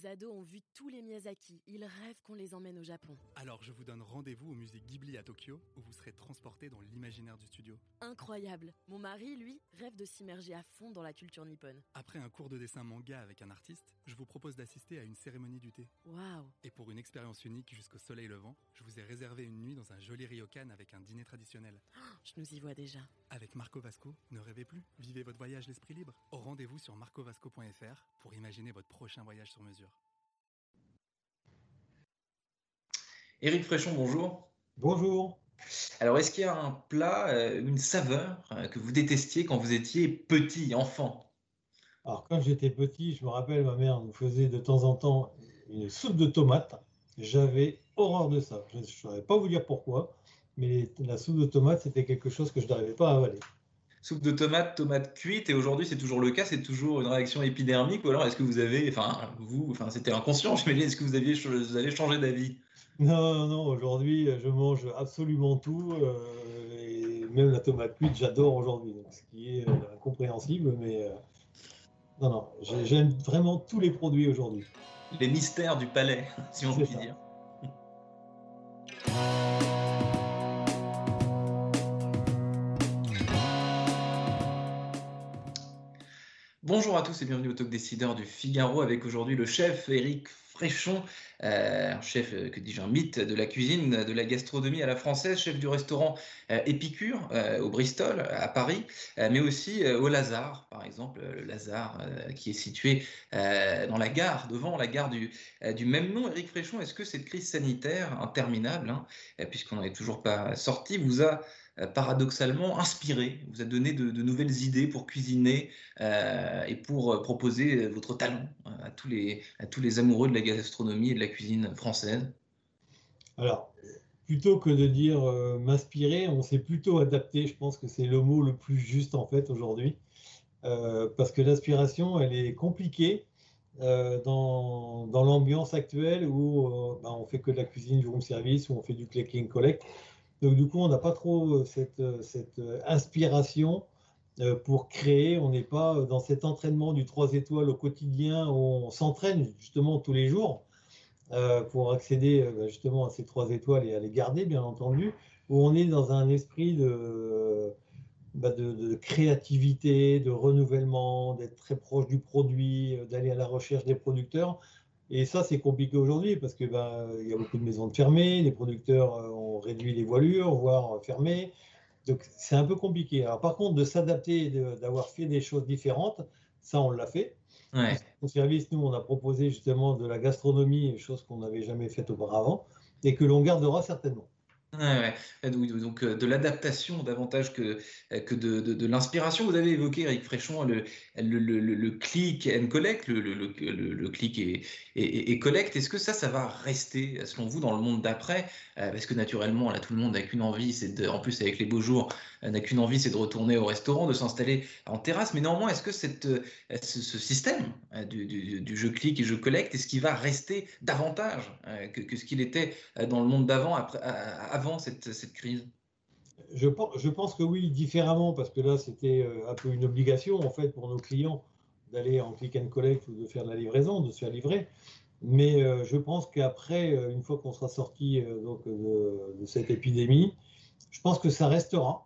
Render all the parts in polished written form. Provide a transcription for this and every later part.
Nos ados ont vu tous les Miyazaki. Ils rêvent qu'on les emmène au Japon. Alors je vous donne rendez-vous au musée Ghibli à Tokyo, où vous serez transportés dans l'imaginaire du studio. Incroyable. Mon mari, lui, rêve de s'immerger à fond dans la culture nippone. Après un cours de dessin manga avec un artiste, je vous propose d'assister à une cérémonie du thé. Waouh. Et pour une expérience unique jusqu'au soleil levant, je vous ai réservé une nuit dans un joli ryokan avec un dîner traditionnel. Je nous y vois déjà. Avec Marco Vasco, ne rêvez plus, vivez votre voyage l'esprit libre. Au rendez-vous sur marcovasco.fr pour imaginer votre prochain voyage sur mesure. Éric Fréchon, bonjour. Bonjour. Alors, est-ce qu'il y a un plat, une saveur que vous détestiez quand vous étiez petit, enfant? Alors, quand j'étais petit, je me rappelle, ma mère nous faisait de temps en temps une soupe de tomates. J'avais horreur de ça. Je ne saurais pas vous dire pourquoi, mais la soupe de tomates, c'était quelque chose que je n'arrivais pas à avaler. Soupe de tomates cuites, et aujourd'hui c'est toujours le cas, c'est toujours une réaction épidermique, ou alors est-ce que vous avez, c'était inconscient, j'imagine, est-ce que vous avez changé d'avis? Non, non, aujourd'hui, je mange absolument tout, et même la tomate cuite, j'adore aujourd'hui, donc, ce qui est incompréhensible, mais non, non, j'aime vraiment tous les produits aujourd'hui. Les mystères du palais, si on C'est peut ça. dire. Bonjour à tous et bienvenue au Talk Décideur du Figaro avec aujourd'hui le chef Éric Fréchon, un chef, que dis-je, un mythe de la cuisine, de la gastronomie à la française, chef du restaurant Épicure au Bristol, à Paris, mais aussi au Lazare, par exemple, le Lazare qui est situé dans la gare, devant la gare du même nom. Éric Fréchon, est-ce que cette crise sanitaire interminable, puisqu'on n'en est toujours pas sorti, vous a paradoxalement inspiré, vous a donné de nouvelles idées pour cuisiner et pour proposer votre talent à tous les amoureux de la gastronomie et de la cuisine française? Alors, plutôt que de dire m'inspirer, on s'est plutôt adapté. Je pense que c'est le mot le plus juste en fait aujourd'hui. Parce que l'inspiration, elle est compliquée dans l'ambiance actuelle où on fait que de la cuisine du room service, où on fait du click and collect. Donc du coup, on n'a pas trop cette inspiration pour créer. On n'est pas dans cet entraînement du 3 étoiles au quotidien où on s'entraîne justement tous les jours pour accéder justement à ces 3 étoiles et à les garder, bien entendu, où on est dans un esprit de créativité, de renouvellement, d'être très proche du produit, d'aller à la recherche des producteurs. Et ça, c'est compliqué aujourd'hui parce que il y a beaucoup de maisons de fermées, les producteurs ont réduit les voilures, voire fermé. Donc, c'est un peu compliqué. Alors, par contre, de s'adapter, d'avoir fait des choses différentes, ça, on l'a fait. Ouais. Au service, nous, on a proposé justement de la gastronomie, chose qu'on n'avait jamais faite auparavant, et que l'on gardera certainement. Ouais, ouais. Donc, de l'adaptation davantage que de l'inspiration. Vous avez évoqué, Eric Fréchon, le click and collect, le click et collect. Est-ce que ça va rester, selon vous, dans le monde d'après? Parce que naturellement, là, tout le monde n'a qu'une envie, en plus avec les beaux jours, n'a qu'une envie, c'est de retourner au restaurant, de s'installer en terrasse. Mais néanmoins, est-ce que ce système du jeu click et jeu collect, est-ce qu'il va rester davantage que ce qu'il était dans le monde d'avant, avant cette crise? Je pense que oui, différemment, parce que là, c'était un peu une obligation, en fait, pour nos clients d'aller en click and collect ou de faire de la livraison, de se faire livrer. Mais je pense qu'après, une fois qu'on sera sorti de cette épidémie, je pense que ça restera,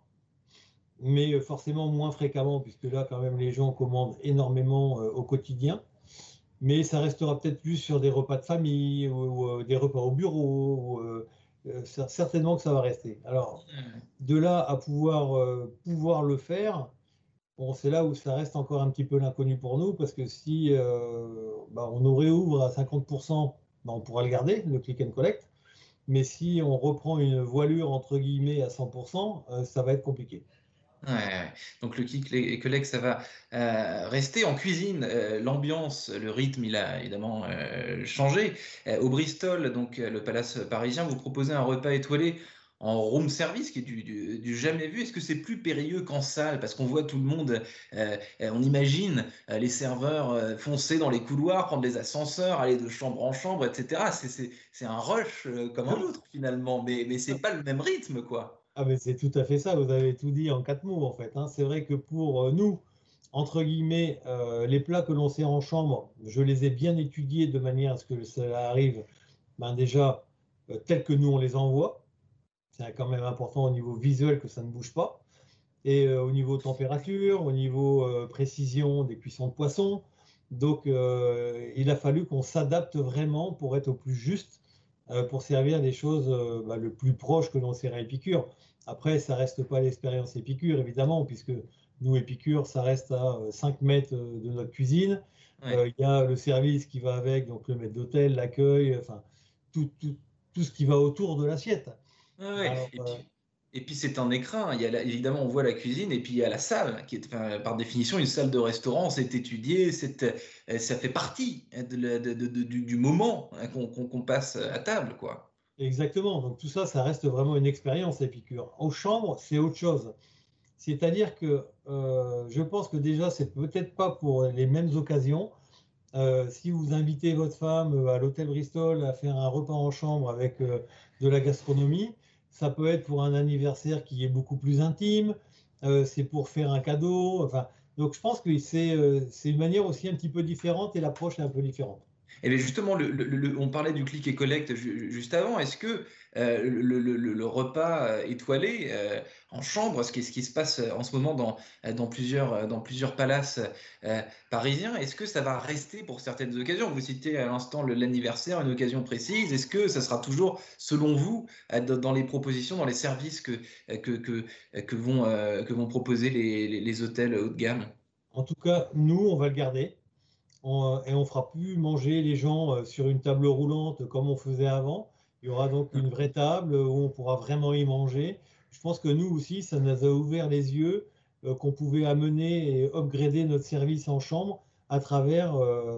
mais forcément moins fréquemment, puisque là, quand même, les gens commandent énormément au quotidien. Mais ça restera peut-être plus sur des repas de famille ou des repas au bureau. Certainement que ça va rester. Alors, de là à pouvoir le faire, bon, c'est là où ça reste encore un petit peu l'inconnu pour nous, parce que si on nous réouvre à 50%, on pourra le garder, le click and collect. Mais si on reprend une voilure entre guillemets à 100%, ça va être compliqué. Ouais. Donc le click et collect, ça va rester en cuisine. L'ambiance, le rythme, il a évidemment changé. Au Bristol, donc le palace parisien, vous proposez un repas étoilé en room service, qui est du jamais vu. Est-ce que c'est plus périlleux qu'en salle? Parce qu'on voit tout le monde, on imagine les serveurs foncer dans les couloirs, prendre les ascenseurs, aller de chambre en chambre, etc. C'est un rush comme un autre finalement, mais c'est pas le même rythme, quoi. Ah, mais c'est tout à fait ça, vous avez tout dit en 4 mots en fait, hein. C'est vrai que pour nous, entre guillemets, les plats que l'on sert en chambre, je les ai bien étudiés de manière à ce que ça arrive déjà tels que nous on les envoie. C'est quand même important au niveau visuel que ça ne bouge pas. Et au niveau température, au niveau précision des cuissons de poisson. Donc, il a fallu qu'on s'adapte vraiment pour être au plus juste, pour servir des choses le plus proche que l'on sert à Épicure. Après, ça reste pas l'expérience Épicure, évidemment, puisque nous, Épicure, ça reste à 5 mètres de notre cuisine. Ouais. Il y a le service qui va avec, donc le maître d'hôtel, l'accueil, enfin, tout ce qui va autour de l'assiette. Ouais. Alors, Et puis c'est un écrin. Il y a évidemment, on voit la cuisine et puis il y a la salle, qui est par définition une salle de restaurant. C'est étudié, ça fait partie du moment qu'on passe à table, quoi. exactement. Donc tout ça, ça reste vraiment une expérience Épicure. Aux chambres, c'est autre chose. C'est-à-dire que je pense que déjà, c'est peut-être pas pour les mêmes occasions. Si vous invitez votre femme à l'hôtel Bristol à faire un repas en chambre avec de la gastronomie, ça peut être pour un anniversaire qui est beaucoup plus intime. C'est pour faire un cadeau. Enfin, donc je pense que c'est une manière aussi un petit peu différente et l'approche est un peu différente. Et bien justement, on parlait du click et collect juste avant. Est-ce que le repas étoilé en chambre, ce qui se passe en ce moment dans plusieurs palaces parisiens, est-ce que ça va rester pour certaines occasions? Vous citez à l'instant l'anniversaire, une occasion précise. Est-ce que ça sera toujours, selon vous, dans les propositions, dans les services que vont proposer les hôtels haut de gamme? En tout cas, nous, on va le garder. Et on fera plus manger les gens sur une table roulante comme on faisait avant. Il y aura donc une vraie table où on pourra vraiment y manger. Je pense que nous aussi, ça nous a ouvert les yeux qu'on pouvait amener et upgrader notre service en chambre à travers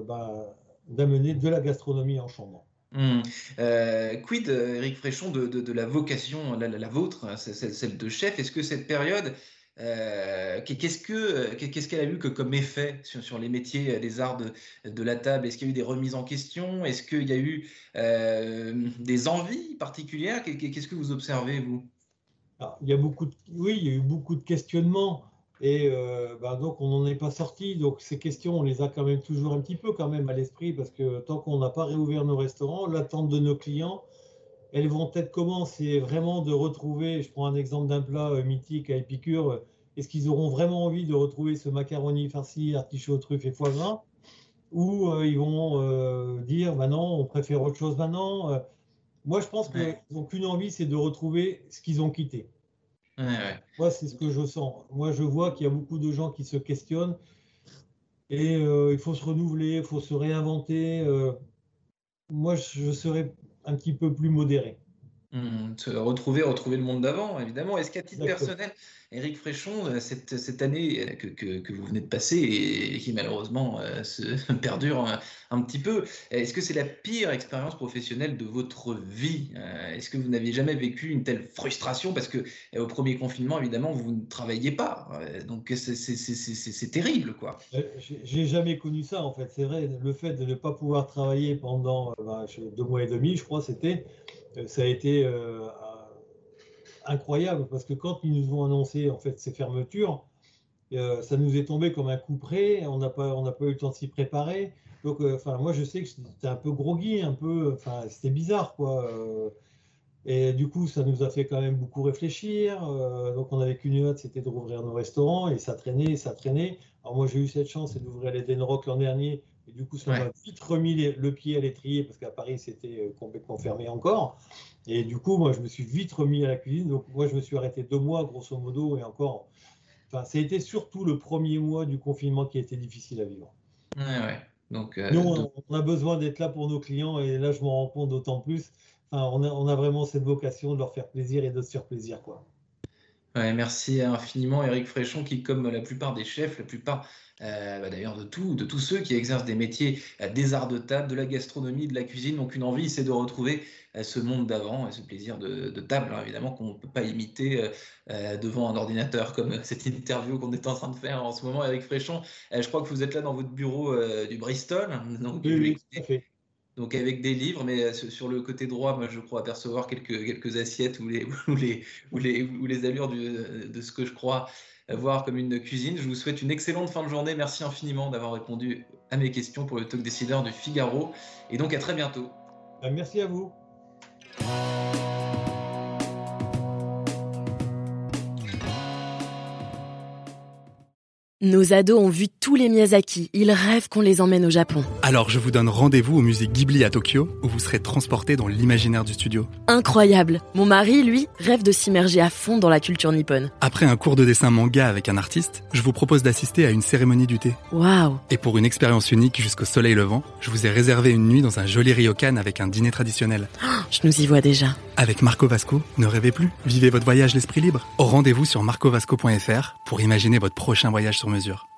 d'amener de la gastronomie en chambre. Hmm. Quid, Éric Fréchon, de la vocation, la vôtre, hein, celle de chef? Est-ce que cette période, qu'est-ce qu'elle a eu comme effet sur les métiers des arts de la table? Est-ce qu'il y a eu des remises en question? Est-ce qu'il y a eu des envies particulières? Qu'est-ce que vous observez, vous? Alors, oui, il y a eu beaucoup de questionnements et donc on n'en est pas sorti. Donc ces questions, on les a quand même toujours un petit peu quand même à l'esprit parce que tant qu'on n'a pas réouvert nos restaurants, l'attente de nos clients, elles vont peut-être commencer vraiment de retrouver, je prends un exemple d'un plat mythique à Épicure, est-ce qu'ils auront vraiment envie de retrouver ce macaroni farci, artichaut, truffe et foie gras? Ou ils vont dire, bah non, on préfère autre chose maintenant. Moi, je pense qu'ils Ouais, n'ont qu'une envie, c'est de retrouver ce qu'ils ont quitté. ouais, ouais. Moi, c'est ce que je sens. Moi, je vois qu'il y a beaucoup de gens qui se questionnent et il faut se renouveler, il faut se réinventer. Moi, je serais un petit peu plus modéré. Retrouver le monde d'avant, évidemment. Est-ce qu'à titre Exactement. personnel, Éric Fréchon, cette année que vous venez de passer et qui malheureusement perdure un petit peu, est-ce que c'est la pire expérience professionnelle de votre vie? Est-ce que vous n'aviez jamais vécu une telle frustration? Parce que au premier confinement, évidemment, vous ne travailliez pas. Donc c'est terrible, quoi. J'ai jamais connu ça, en fait. C'est vrai, le fait de ne pas pouvoir travailler pendant 2 mois et demi, je crois, ça a été incroyable parce que quand ils nous ont annoncé en fait ces fermetures, ça nous est tombé comme un coup près. On n'a pas eu le temps de s'y préparer. Donc, moi, je sais que c'était un peu groggy, un peu, c'était bizarre, quoi. Et du coup, ça nous a fait quand même beaucoup réfléchir. Donc, on avait qu'une hâte, c'était de rouvrir nos restaurants et ça traînait, ça traînait. Alors, moi, j'ai eu cette chance, c'est d'ouvrir l'Eden Rock l'an dernier. Et du coup, ça Ouais. m'a vite remis le pied à l'étrier parce qu'à Paris, c'était complètement fermé encore. Et du coup, moi, je me suis vite remis à la cuisine. Donc, moi, je me suis arrêté 2 mois, grosso modo, et encore. Enfin, ça a été surtout le premier mois du confinement qui a été difficile à vivre. Ouais, ouais. Donc, Nous, on a besoin d'être là pour nos clients et là, je m'en rends compte d'autant plus. Enfin, on a vraiment cette vocation de leur faire plaisir et de se faire plaisir, quoi. Ouais, merci infiniment Éric Fréchon qui, comme la plupart des chefs, la plupart d'ailleurs de tous ceux qui exercent des métiers des arts de table, de la gastronomie, de la cuisine, donc une envie, c'est de retrouver ce monde d'avant et ce plaisir de table, hein, évidemment qu'on ne peut pas imiter devant un ordinateur comme cette interview qu'on est en train de faire en ce moment. Éric Fréchon, je crois que vous êtes là dans votre bureau du Bristol, donc Oui, oui, tout à fait. donc avec des livres, mais sur le côté droit, moi je crois apercevoir quelques assiettes ou les allures de ce que je crois voir comme une cuisine. Je vous souhaite une excellente fin de journée. Merci infiniment d'avoir répondu à mes questions pour le Talk Décideur du Figaro. Et donc à très bientôt. Merci à vous. Nos ados ont vu tous les Miyazaki. Ils rêvent qu'on les emmène au Japon. Alors je vous donne rendez-vous au musée Ghibli à Tokyo, où vous serez transportés dans l'imaginaire du studio. Incroyable. Mon mari, lui, rêve de s'immerger à fond dans la culture nippone. Après un cours de dessin manga avec un artiste, je vous propose d'assister à une cérémonie du thé. Waouh. Et pour une expérience unique jusqu'au soleil levant, je vous ai réservé une nuit dans un joli ryokan avec un dîner traditionnel. Je nous y vois déjà. Avec Marco Vasco, ne rêvez plus, vivez votre voyage l'esprit libre. Rendez-vous sur marcovasco.fr pour imaginer votre prochain voyage sur mesure.